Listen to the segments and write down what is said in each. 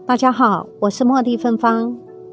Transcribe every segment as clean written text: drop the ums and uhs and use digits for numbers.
大家好，我是茉莉芬芳。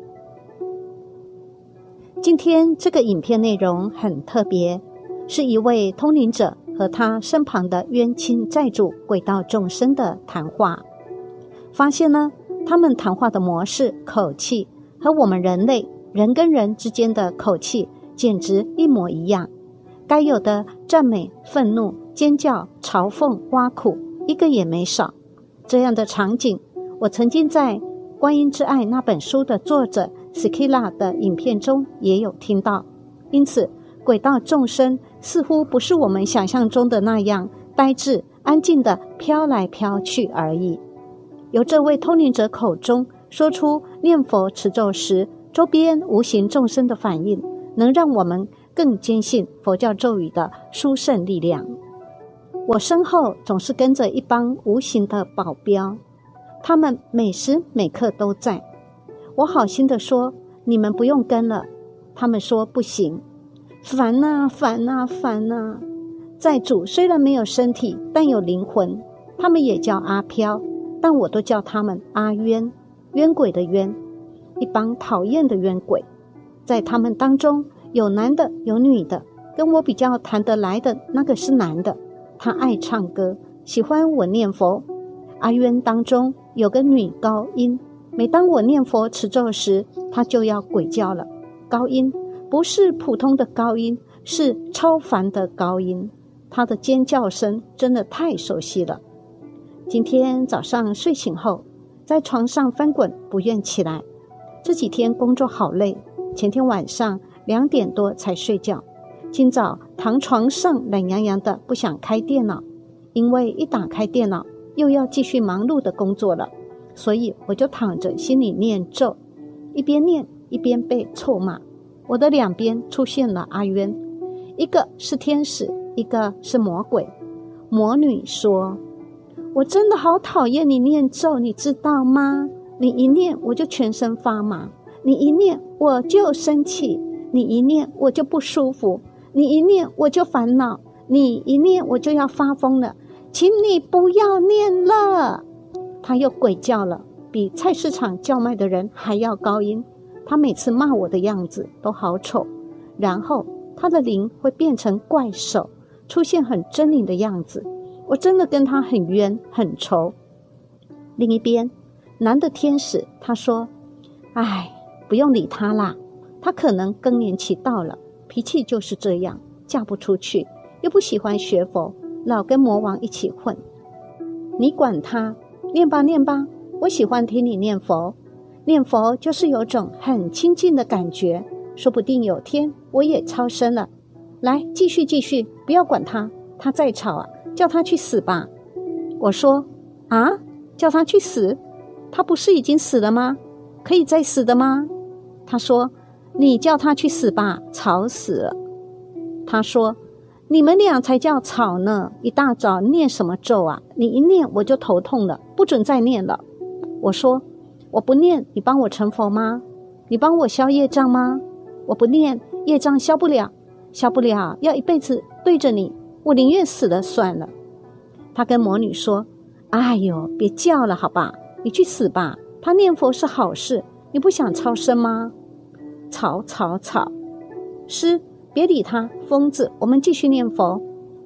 今天这个影片内容很特别，是一位通灵者和他身旁的冤亲债主鬼道众生的谈话。发现呢，他们谈话的模式、口气和我们人类人跟人之间的口气简直一模一样，该有的赞美、愤怒、尖叫、嘲讽、挖苦一个也没少。这样的场景我曾经在《观音之爱》那本书的作者 Skilla 的影片中也有听到，因此鬼道众生似乎不是我们想象中的那样呆滞安静地飘来飘去而已。由这位通灵者口中说出念佛持咒时周边无形众生的反应，能让我们更坚信佛教咒语的殊胜力量。我身后总是跟着一帮无形的保镖，他们每时每刻都在。我好心地说，你们不用跟了。他们说不行，烦啊烦啊烦啊。债主虽然没有身体，但有灵魂，他们也叫阿飘，但我都叫他们阿冤，冤鬼的冤，一帮讨厌的冤鬼。在他们当中有男的有女的，跟我比较谈得来的那个是男的，他爱唱歌，喜欢我念佛。阿冤当中有个女高音，每当我念佛持咒时，她就要鬼叫了。高音不是普通的高音，是超凡的高音，她的尖叫声真的太熟悉了。今天早上睡醒后，在床上翻滚，不愿起来。这几天工作好累，前天晚上2点多才睡觉。今早躺床上懒洋洋的，不想开电脑，因为一打开电脑又要继续忙碌的工作了，所以我就躺着心里念咒，一边念一边被臭骂。我的两边出现了阿冤，一个是天使，一个是魔鬼。魔女说，我真的好讨厌你念咒，你知道吗？你一念我就全身发麻，你一念我就生气，你一念我就不舒服，你一念我就烦恼，你一念我就要发疯了，请你不要念了。他又鬼叫了，比菜市场叫卖的人还要高音。他每次骂我的样子都好丑，然后他的灵会变成怪兽，出现很狰狞的样子。我真的跟他很冤很仇。另一边男的天使他说，哎，不用理他啦，他可能更年期到了，脾气就是这样，嫁不出去，又不喜欢学佛，老跟魔王一起混。你管他，念吧念吧，我喜欢听你念佛。念佛就是有种很亲近的感觉，说不定有天我也超生了。来，继续继续，不要管他，他再吵啊，叫他去死吧。我说，啊，叫他去死？他不是已经死了吗？可以再死的吗？他说，你叫他去死吧，吵死了。他说，你们俩才叫吵呢，一大早念什么咒啊？你一念我就头痛了，不准再念了。我说，我不念，你帮我成佛吗？你帮我消业障吗？我不念，业障消不了，消不了，要一辈子对着你，我宁愿死了算了。他跟魔女说，哎呦，别叫了好吧，你去死吧，他念佛是好事，你不想超生吗？吵吵吵，师，别理他，疯子，我们继续念佛。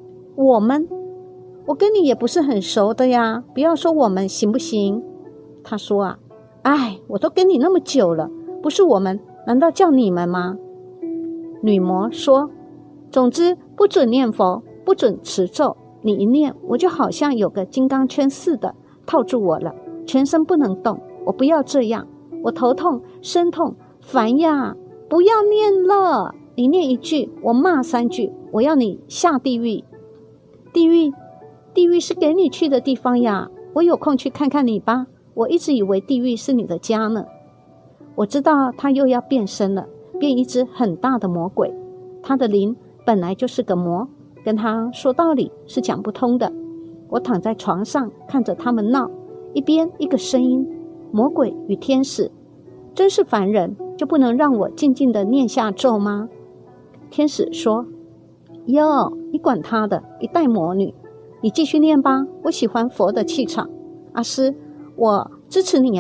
我跟你也不是很熟的呀，不要说我们行不行？他说啊，哎，我都跟你那么久了，不是我们，难道叫你们吗？女魔说，总之不准念佛，不准持咒，你一念我就好像有个金刚圈似的套住我了，全身不能动，我不要这样，我头痛身痛烦呀，不要念了，你念一句我骂3句，我要你下地狱。地狱是给你去的地方呀，我有空去看看你吧，我一直以为地狱是你的家呢。我知道他又要变身了，变一只很大的魔鬼，他的灵本来就是个魔，跟他说道理是讲不通的。我躺在床上看着他们闹，一边一个声音，魔鬼与天使，真是烦人，就不能让我静静地念下咒吗？天使说，哟，你管他的，一代魔女，你继续念吧，我喜欢佛的气场。阿师，我支持你啊，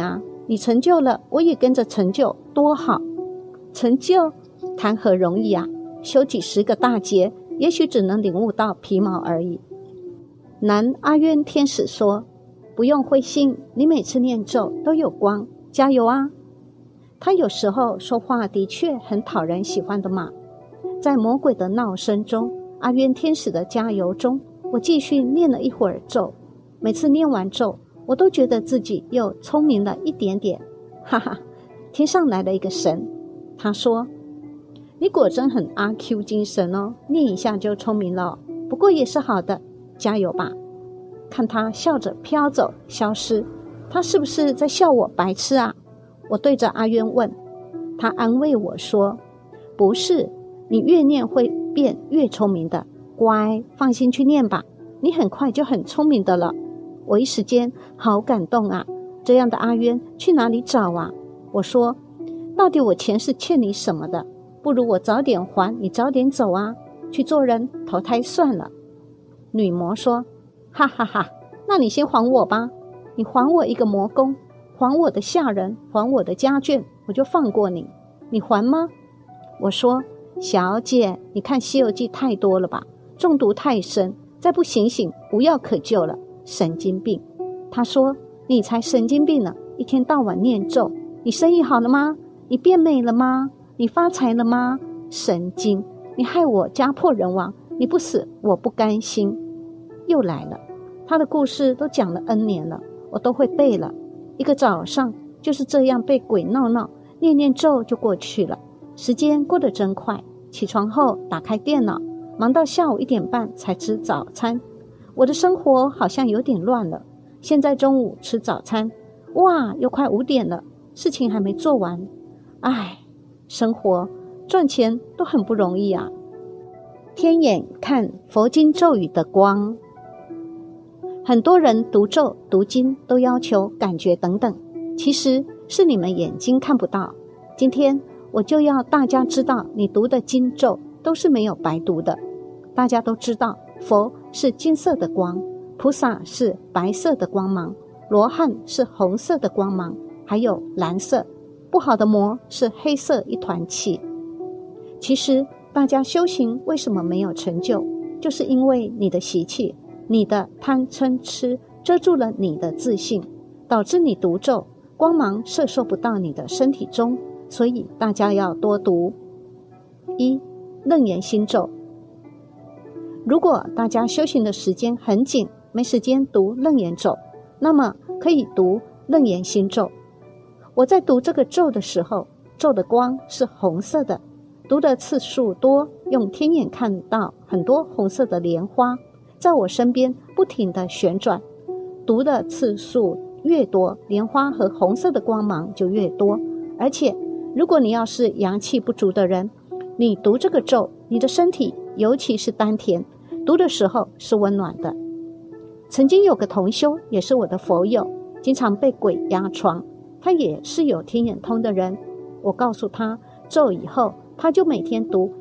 你成就了，我也跟着成就，多好！成就谈何容易啊！修几十个大劫，也许只能领悟到皮毛而已。南阿渊天使说，不用灰心，你每次念咒都有光，加油啊！他有时候说话的确很讨人喜欢的嘛。在魔鬼的闹声中，阿渊天使的加油中，我继续念了一会儿咒。每次念完咒，我都觉得自己又聪明了一点点。哈哈，天上来了一个神，他说，你果真很阿 Q 精神哦，念一下就聪明了，不过也是好的，加油吧。看他笑着飘走消失，他是不是在笑我白痴啊？我对着阿渊问，他安慰我说，不是，你越念会变越聪明的，乖，放心去念吧，你很快就很聪明的了。我一时间好感动啊，这样的阿渊去哪里找啊？我说，到底我前世欠你什么的，不如我早点还，你早点走啊，去做人投胎算了。女魔说，哈哈哈，那你先还我吧，你还我一个魔功，还我的下人，还我的家眷，我就放过你，你还吗？我说，小姐，你看《西游记》太多了吧，中毒太深，再不醒醒，无药可救了，神经病。他说，你才神经病呢，一天到晚念咒，你生意好了吗？你变美了吗？你发财了吗？神经，你害我家破人亡，你不死我不甘心。又来了，他的故事都讲了 N 年了，我都会背了。一个早上就是这样被鬼闹，念念咒就过去了。时间过得真快，起床后打开电脑，忙到下午1点半才吃早餐。我的生活好像有点乱了，现在中午吃早餐，哇，又快5点了，事情还没做完。唉，生活赚钱都很不容易啊。天眼看佛经咒语的光，很多人读咒读经都要求感觉等等，其实是你们眼睛看不到。今天我就要大家知道，你读的经咒都是没有白读的。大家都知道，佛是金色的光，菩萨是白色的光芒，罗汉是红色的光芒，还有蓝色，不好的魔是黑色一团气。其实大家修行为什么没有成就，就是因为你的习气，你的贪嗔痴遮住了你的自信，导致你读咒光芒摄受不到你的身体中。所以大家要多读。1. 楞严心咒。如果大家修行的时间很紧，没时间读楞严咒，那么可以读楞严心咒。我在读这个咒的时候，咒的光是红色的，读的次数多，用天眼看到很多红色的莲花在我身边不停地旋转，读的次数越多，莲花和红色的光芒就越多。而且如果你要是阳气不足的人，你读这个咒，你的身体尤其是丹田读的时候是温暖的。曾经有个同修也是我的佛友，经常被鬼压床，他也是有天眼通的人。我告诉他咒以后，他就每天读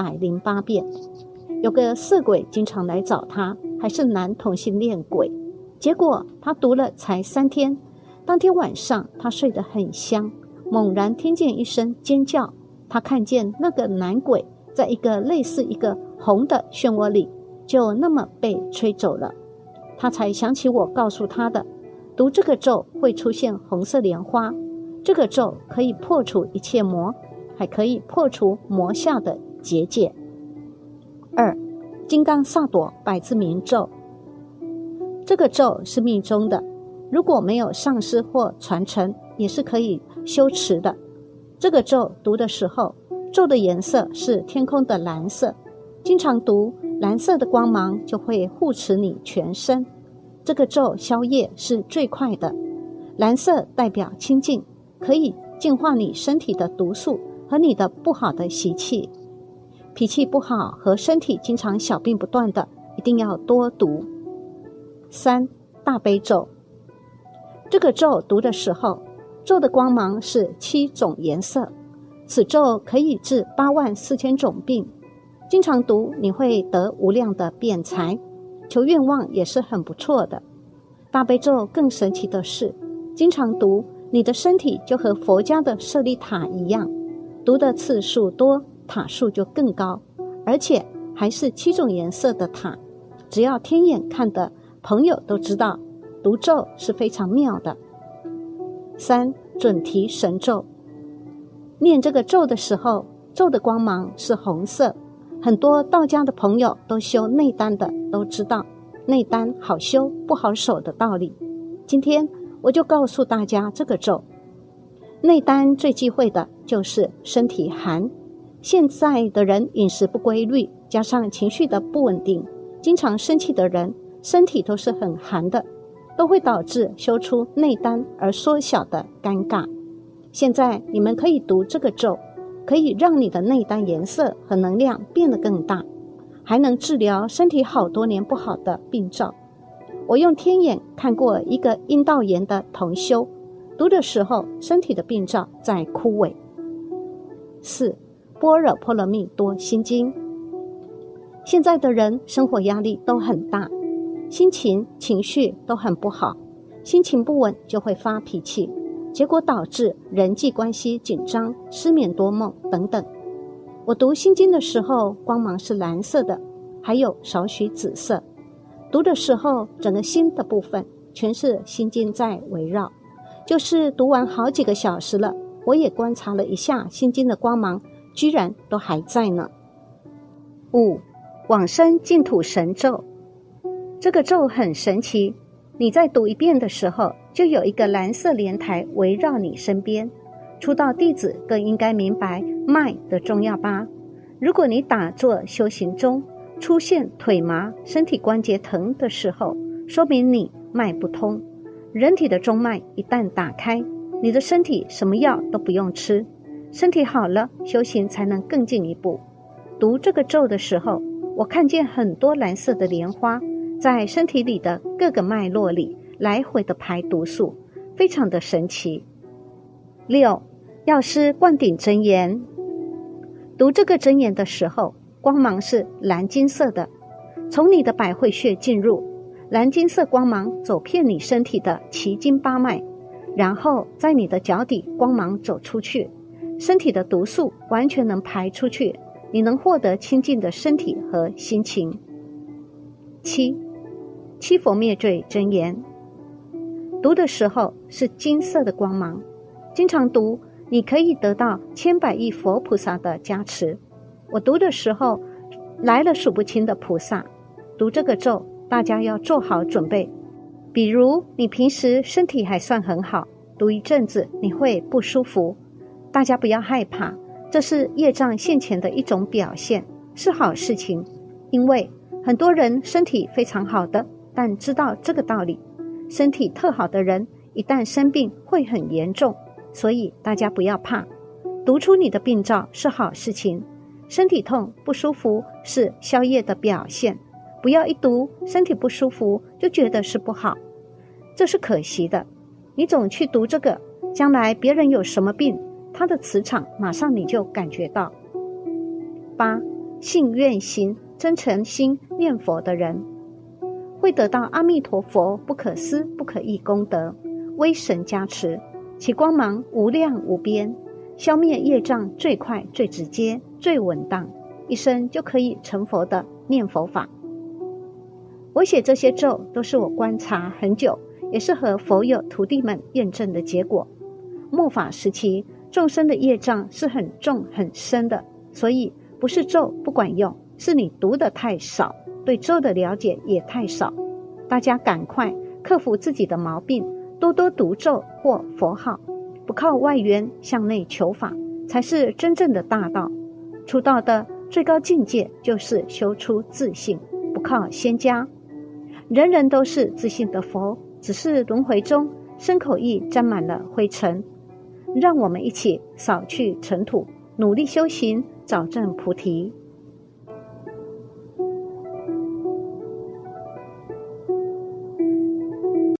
108遍。有个色鬼经常来找他，还是男同性恋鬼，结果他读了才3天，当天晚上他睡得很香，猛然听见一声尖叫，他看见那个男鬼在一个类似一个红的漩涡里，就那么被吹走了。他才想起我告诉他的，读这个咒会出现红色莲花，这个咒可以破除一切魔，还可以破除魔下的结界。2. 金刚萨埵百字明咒。这个咒是密宗的，如果没有上师或传承，也是可以修持的。这个咒读的时候，咒的颜色是天空的蓝色，经常读，蓝色的光芒就会护持你全身。这个咒消业是最快的，蓝色代表清净，可以净化你身体的毒素和你的不好的习气。脾气不好和身体经常小病不断的，一定要多读。3. 大悲咒。这个咒读的时候，咒的光芒是7种颜色，此咒可以治84000种病。经常读你会得无量的辩才，求愿望也是很不错的。大悲咒更神奇的是，经常读你的身体就和佛家的舍利塔一样，读的次数多，塔数就更高，而且还是7种颜色的塔。只要天眼看的朋友都知道，读咒是非常妙的。3. 准提神咒。念这个咒的时候，咒的光芒是红色，很多道家的朋友都修内丹的都知道内丹好修不好守的道理。今天我就告诉大家这个咒。内丹最忌讳的就是身体寒，现在的人饮食不规律，加上情绪的不稳定，经常生气的人身体都是很寒的，都会导致修出内丹而缩小的尴尬。现在你们可以读这个咒，可以让你的内丹颜色和能量变得更大，还能治疗身体好多年不好的病灶。我用天眼看过一个阴道炎的同修，读的时候身体的病灶在枯萎。4. 般若波罗蜜多心经。现在的人生活压力都很大，心情情绪都很不好，心情不稳就会发脾气，结果导致人际关系紧张、失眠多梦等等。我读心经的时候，光芒是蓝色的，还有少许紫色。读的时候，整个心的部分全是心经在围绕，就是读完好几个小时了，我也观察了一下心经的光芒，居然都还在呢。5. 往生净土神咒。这个咒很神奇，你在读一遍的时候，就有一个蓝色莲台围绕你身边。出道弟子更应该明白脉的重要吧。如果你打坐修行中出现腿麻、身体关节疼的时候，说明你脉不通。人体的中脉一旦打开，你的身体什么药都不用吃，身体好了，修行才能更进一步。读这个咒的时候，我看见很多蓝色的莲花在身体里的各个脉络里来回的排毒素，非常的神奇。6. 药师灌顶真言。读这个真言的时候，光芒是蓝金色的，从你的百会穴进入，蓝金色光芒走遍你身体的奇经八脉，然后在你的脚底光芒走出去，身体的毒素完全能排出去，你能获得清净的身体和心情。7. 七佛灭罪真言。读的时候是金色的光芒，经常读你可以得到千百亿佛菩萨的加持。我读的时候来了数不清的菩萨。读这个咒，大家要做好准备。比如你平时身体还算很好，读一阵子你会不舒服，大家不要害怕，这是业障现前的一种表现，是好事情。因为很多人身体非常好的，但知道这个道理，身体特好的人一旦生病会很严重，所以大家不要怕，读出你的病灶是好事情。身体痛不舒服是消业的表现，不要一读身体不舒服就觉得是不好，这是可惜的。你总去读这个，将来别人有什么病，他的磁场马上你就感觉到。8. 信愿行真诚心念佛的人会得到阿弥陀佛不可思不可议功德，威神加持，其光芒无量无边，消灭业障最快最直接最稳当，一生就可以成佛的念佛法。我写这些咒都是我观察很久，也是和佛友徒弟们验证的结果。末法时期众生的业障是很重很深的，所以不是咒不管用，是你读的太少，对咒的了解也太少。大家赶快克服自己的毛病，多多读咒或佛号，不靠外援，向内求法，才是真正的大道。出道的最高境界就是修出自信，不靠仙家。人人都是自信的佛，只是轮回中身口意沾满了灰尘。让我们一起扫去尘土，努力修行，早证菩提。